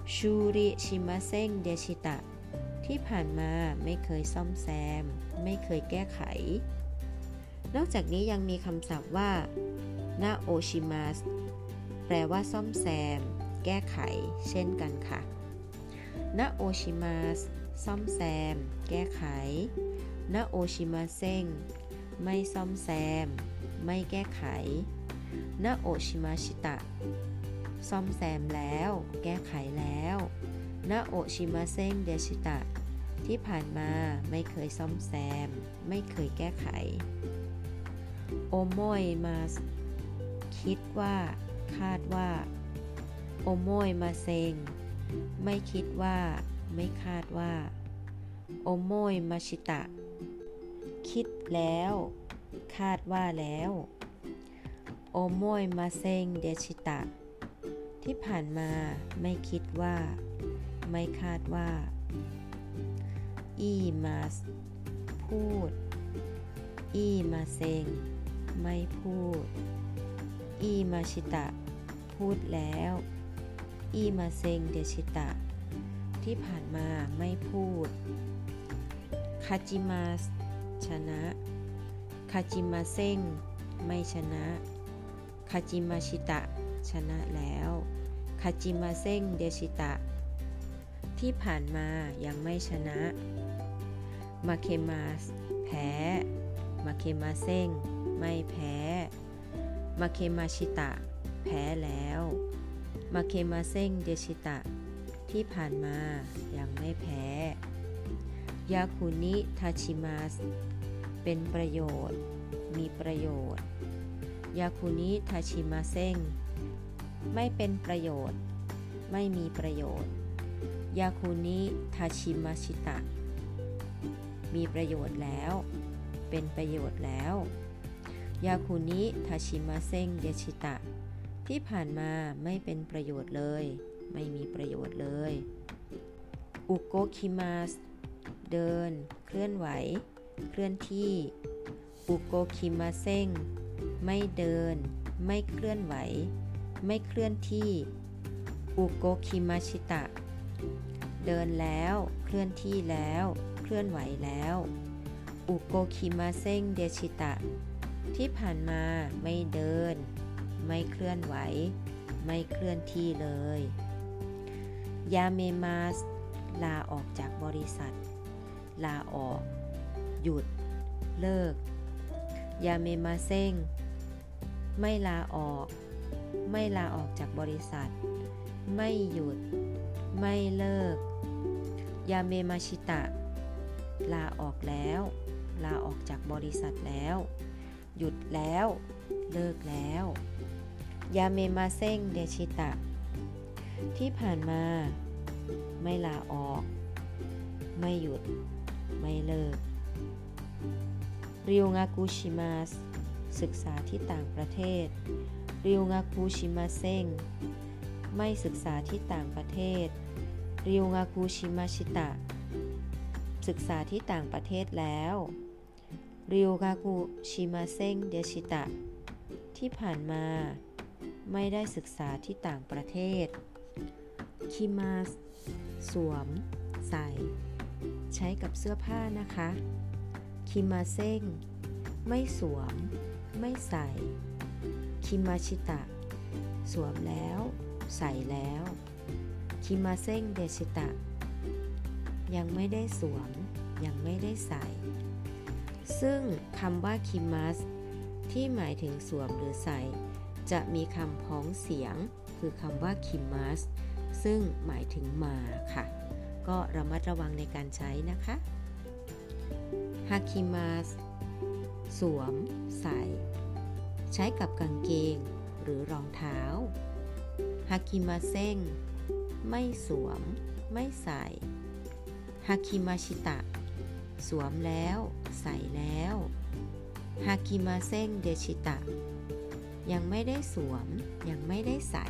ชูริชิมาเซ็งเดชิตะที่ผ่านมาไม่เคยซ่อมแซมไม่เคยแก้ไขนอกจากนี้ยังมีคำศัพท์ว่านาโอชิมัสแปลว่าซ่อมแซมแก้ไขเช่นกันค่ะนาโอชิมัสซ่อมแซมแก้ไขนาโอชิมาเซ็งไม่ซ่อมแซมไม่แก้ไขนาโอชิมาชิตะซ่อมแซมแล้วแก้ไขแล้วนาโอชิมาเซ็งเดชิตะที่ผ่านมาไม่เคยซ่อมแซมไม่เคยแก้ไขโอโมยมาคิดว่าคาดว่าโอโมยมาเซ็งไม่คิดว่าไม่คาดว่าโอโมยมาชิตะคิดแล้วคาดว่าแล้วโอโมยมาเซ็งเดชิตะที่ผ่านมาไม่คิดว่าไม่คาดว่าอีมาสพูดอีมาเซ็งไม่พูดอีมาชิตะพูดแล้วอีมาเซ็งเดชิตะที่ผ่านมาไม่พูดคาจิมาสชนะคาจิมาเซ็งไม่ชนะคาจิมาชิตะชนะแล้วคาจิมาเซ็งเดชิตะที่ผ่านมายังไม่ชนะมาเคมาสแพ้มาเคมาเซ็งไม่แพ้มาเคมาชิตะแพ้แล้วมาเคมาเซ็งเดชิตะที่ผ่านมายังไม่แพ้ยาคุนิทาชิมัสเป็นประโยชน์มีประโยชน์ยาคุนิทาชิมาเซ็งไม่เป็นประโยชน์ไม่มีประโยชน์ยาคุนิทาชิมาชิตะมีประโยชน์แล้วเป็นประโยชน์แล้วยาคุนิทาชิมาเซ็งเดชิตะที่ผ่านมาไม่เป็นประโยชน์เลยไม่มีประโยชน์เลยอุโกคิมัสเดินเคลื่อนไหวเคลื่อนที่อุโกคิมาเซ็งไม่เดินไม่เคลื่อนไหวไม่เคลื่อนที่อุโกคิมาชิตะเดินแล้วเคลื่อนที่แล้วเคลื่อนไหวแล้วอุโกคิมาเซ็งเดชิตะที่ผ่านมาไม่เดินไม่เคลื่อนไหวไม่เคลื่อนที่เลยยาเมมัสลาออกจากบริษัทลาออกหยุดเลิกยาเมมาเซ็งไม่ลาออกไม่ลาออกจากบริษัทไม่หยุดไม่เลิกยาเมมาชิตะลาออกแล้วลาออกจากบริษัทแล้วหยุดแล้วเลิกแล้วยาเมมาเซ็งเดชิตะที่ผ่านมาไม่ลาออกไม่หยุดไม่เลิกริวงากุชิมัสศึกษาที่ต่างประเทศริวงากุชิมาเซ็งไม่ศึกษาที่ต่างประเทศริวงากุชิมาชิตะศึกษาที่ต่างประเทศแล้วริวงากุชิมาเซ็งเดชิตะที่ผ่านมาไม่ได้ศึกษาที่ต่างประเทศคิมัสสวมใส่ใช้กับเสื้อผ้านะคะคิมาเซ็งไม่สวมไม่ใส่คิมาชิตะสวมแล้วใส่แล้วคิมาเซ็งเดชิตะยังไม่ได้สวมยังไม่ได้ใส่ซึ่งคำว่าคิมัสที่หมายถึงสวมหรือใส่จะมีคำพ้องเสียงคือคำว่าคิมัสซึ่งหมายถึงมาค่ะก็ระมัดระวังในการใช้นะคะฮาคิมัสสวมใส่ใช้กับกางเกงหรือรองเท้าฮาคิมาเซ็งไม่สวมไม่ใส่ฮาคิมาชิตะสวมแล้วใส่แล้วฮาคิมาเซ็งเดชิตะยังไม่ได้สวมยังไม่ได้ใส่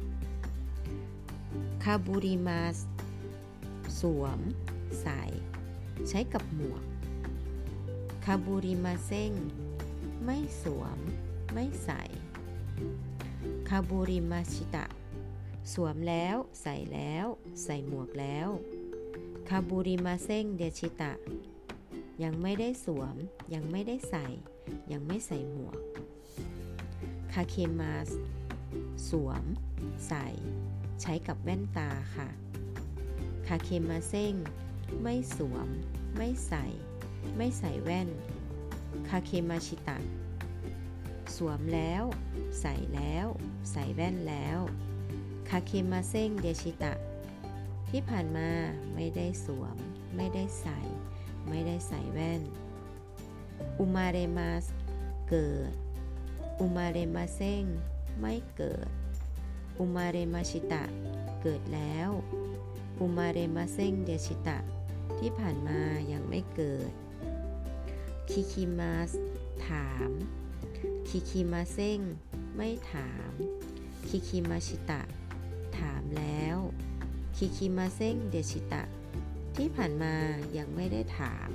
คาบุริมัสสวมใส่ใช้กับหมวกคาบุริมาเซ็งไม่สวมไม่ใส่คาบุริมาชิตะสวมแล้วใส่แล้วใส่หมวกแล้วคาบูริมาเซ่งเดชิตะยังไม่ได้สวมยังไม่ได้ใส่ยังไม่ใส่หมวกคาเคมาสสวมใส่ใช้กับแว่นตาค่ะคาเคมาเซ่งไม่สวมไม่ใส่ไม่ใส่แว่นคาเคมาชิตะสวมแล้วใส่แล้วใส่แว่นแล้วคาเคมาเซ่งเดชิตะที่ผ่านมาไม่ได้สวมไม่ได้ใส่ไม่ได้ใส่แว่นอุมาเรมาสเกิดอุมาเรมาเซ่งไม่เกิดอุมาเรมาชิตะเกิดแล้วอุมาเรมาเซ่งเดชิตะที่ผ่านมายังไม่เกิดคิคิมาสถามคิคิมาเซ่งไม่ถามคิคิมาชิตะถามแล้วคิคิมาเซ่งเดชิตะที่ผ่านมายังไม่ได้ถาม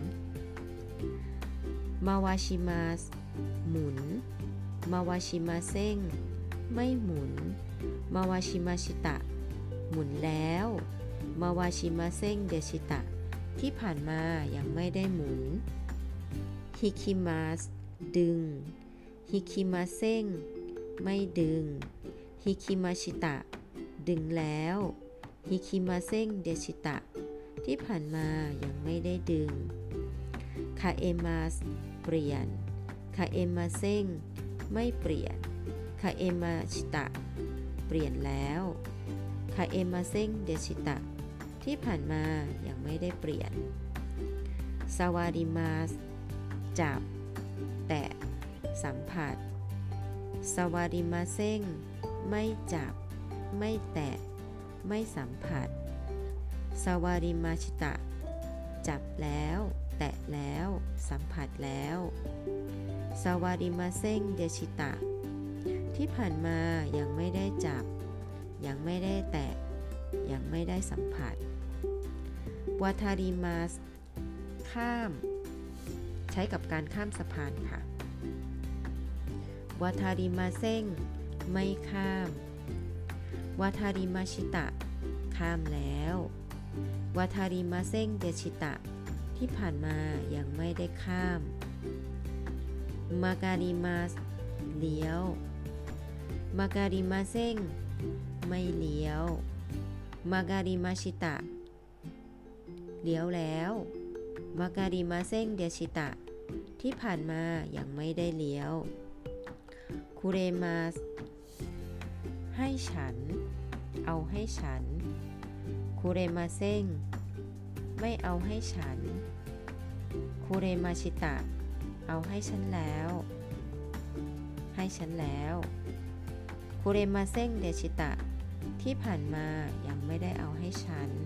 มาวาชิมาสหมุนมาวาชิมาเซ่งไม่หมุนมาวาชิมาชิตะหมุนแล้วมาวาชิมาเซ่งเดชิตะที่ผ่านมายังไม่ได้หมุนฮิคิมาสดึงฮิคิมาเซ่งไม่ดึงฮิคิมาชิตะดึงแล้วฮิคิมาเซ่งเดชิตะที่ผ่านมายังไม่ได้ดึงคาเอมาสเปลี่ยนคาเอมาเซ่งไม่เปลี่ยนคาเอมาชิตะเปลี่ยนแล้วคาเอมาเซ่งเดชิตะที่ผ่านมายังไม่ได้เปลี่ยนซาวาริมาสจับแตะสัมผัสซาวาริมาเซ่งไม่จับไม่แตะไม่สัมผัสซาวาริมาชิตะจับแล้วแตะแล้วสัมผัสแล้วซาวาริมาเซ่งเดชิตะที่ผ่านมายังไม่ได้จับยังไม่ได้แตะยังไม่ได้สัมผัสวาทาริมาสข้ามใช้กับการข้ามสะพานค่ะวาทาริมาเซ่งไม่ข้ามวาทาริมาชิตะข้ามแล้ววาทาริมาเซ่งเดชิตะที่ผ่านมายังไม่ได้ข้ามมาการิมาสเลี้ยวมาการิมาเซ่งไม่เลี้ยวมาการิมาชิตะเลี้ยวแล้วมาการิมาเซ่งเดชิตะที่ผ่านมายังไม่ได้เลี้ยวคุเรมาสให้ฉันเอาให้ฉันคุเรมาเซ่งไม่เอาให้ฉันคุเรมาชิตะเอาให้ฉันแล้วให้ฉันแล้วคุเรมาเซ่งเดชิตะที่ผ่านมายังไม่ได้เอาให้ฉัน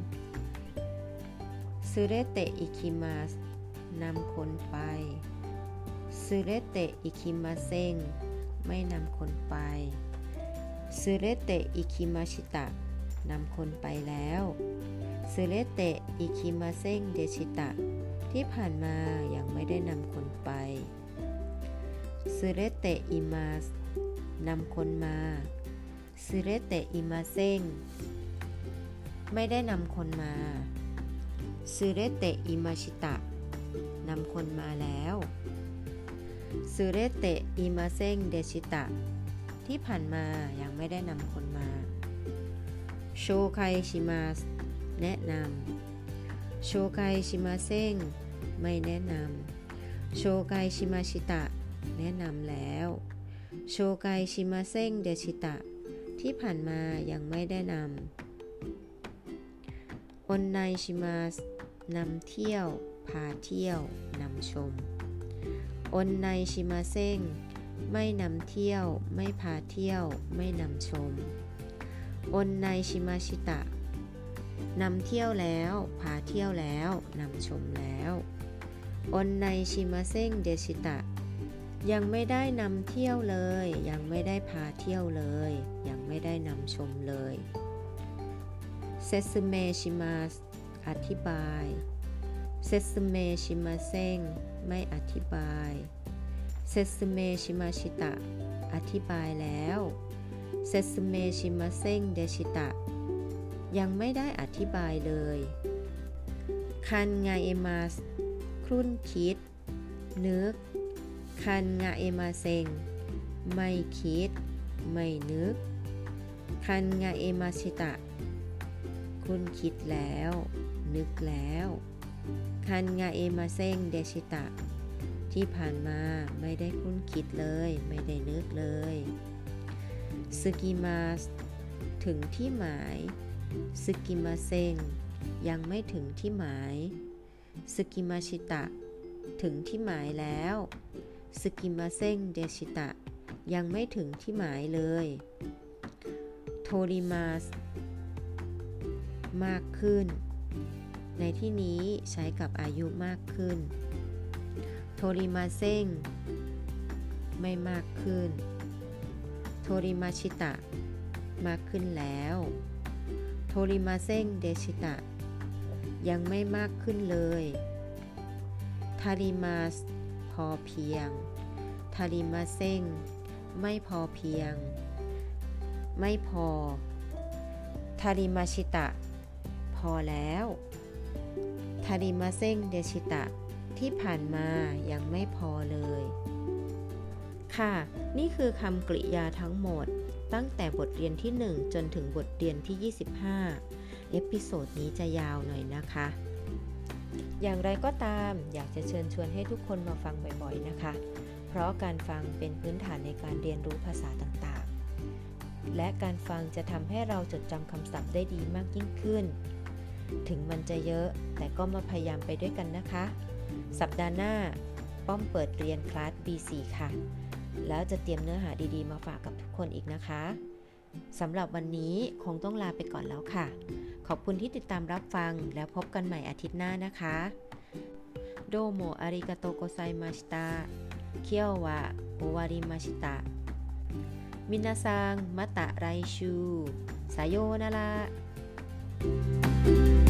ซึเรเตะอิคิมาสนำคนไปซึเรเตะอิคิมาเซ่งไม่นำคนไปซึเรเตะอิคิมาชิตะนำคนไปแล้วซึเรเตะอิคิมาเซ่งเดชิตะที่ผ่านมายังไม่ได้นำคนไปซึเรเตะอิมาสนำคนมาซึเรเตะอิมาเซ่งไม่ได้นำคนมาซึเรเตะอิมาชิตะนำคนมาแล้วซึเรเตะอิมาเซ่งเดชิตะที่ผ่านมายังไม่ได้นำคนมาโชไคชิมาสแนะนำโชไคชิมาเซ่งไม่แนะนำโชไคชิมาชิตะแนะนำแล้วโชไคชิมาเซ่งเดชิตะที่ผ่านมายังไม่ได้นำอนไนชิมาสนำเที่ยวพาเที่ยวนำชมอนไนชิมาเซ่งไม่นำเที่ยวไม่พาเที่ยวไม่นำชมอนไนชิมาชิตะนำเที่ยวแล้วพาเที่ยวแล้วนำชมแล้วอนไนชิมาเซ่งเดชิตะยังไม่ได้นำเที่ยวเลยยังไม่ได้พาเที่ยวเลยยังไม่ได้นำชมเลยเซซึเมชิมาสอธิบายเซซึเมชิมาเซ่งไม่อธิบายเซซึเมชิมาชิตะอธิบายแล้วเซซึเมชิมาเซ็งเดชิตะยังไม่ได้อธิบายเลยคันงาเอมาสครุ่นคิดนึกคันงาเอมาเซ็งไม่คิดไม่นึกคันงาเอมาชิตะคุณคิดแล้วนึกแล้วคันงาเอมาเซ็งเดชิตะที่ผ่านมาไม่ได้คุ้นคิดเลยไม่ได้นึกเลยซึกิมาสถึงที่หมายซึกิมาเซ็งยังไม่ถึงที่หมายซึกิมาชิตะถึงที่หมายแล้วซึกิมาเซ็งเดชิตะยังไม่ถึงที่หมายเลยโทริมาสมากขึ้นในที่นี้ใช้กับอายุมากขึ้นโทริมาเซ็งไม่มากขึ้นโทริมาชิตะมากขึ้นแล้วโทริมาเซ็งเดชิตะยังไม่มากขึ้นเลยทาริมาสพอเพียงทาริมาเซ็งไม่พอเพียงไม่พอทาริมาชิตะพอแล้วทาริมาเซ็งเดชิตะที่ผ่านมายังไม่พอเลยค่ะนี่คือคำกริยาทั้งหมดตั้งแต่บทเรียนที่1จนถึงบทเรียนที่25เอพิโซดนี้จะยาวหน่อยนะคะอย่างไรก็ตามอยากจะเชิญชวนให้ทุกคนมาฟังบ่อยๆนะคะเพราะการฟังเป็นพื้นฐานในการเรียนรู้ภาษาต่างๆและการฟังจะทำให้เราจดจำคำศัพท์ได้ดีมากยิ่งขึ้นถึงมันจะเยอะแต่ก็มาพยายามไปด้วยกันนะคะสัปดาห์หน้าป้อมเปิดเรียนคลาส B4 ค่ะแล้วจะเตรียมเนื้อหาดีๆมาฝากกับทุกคนอีกนะคะสำหรับวันนี้คงต้องลาไปก่อนแล้วค่ะขอบคุณที่ติดตามรับฟังแล้วพบกันใหม่อาทิตย์หน้านะคะโดโมอาริกาโตโกไซมาชิตะเคียววะโอวาริมาชิตะมินาซังมาตะไรชูไซโยนาระ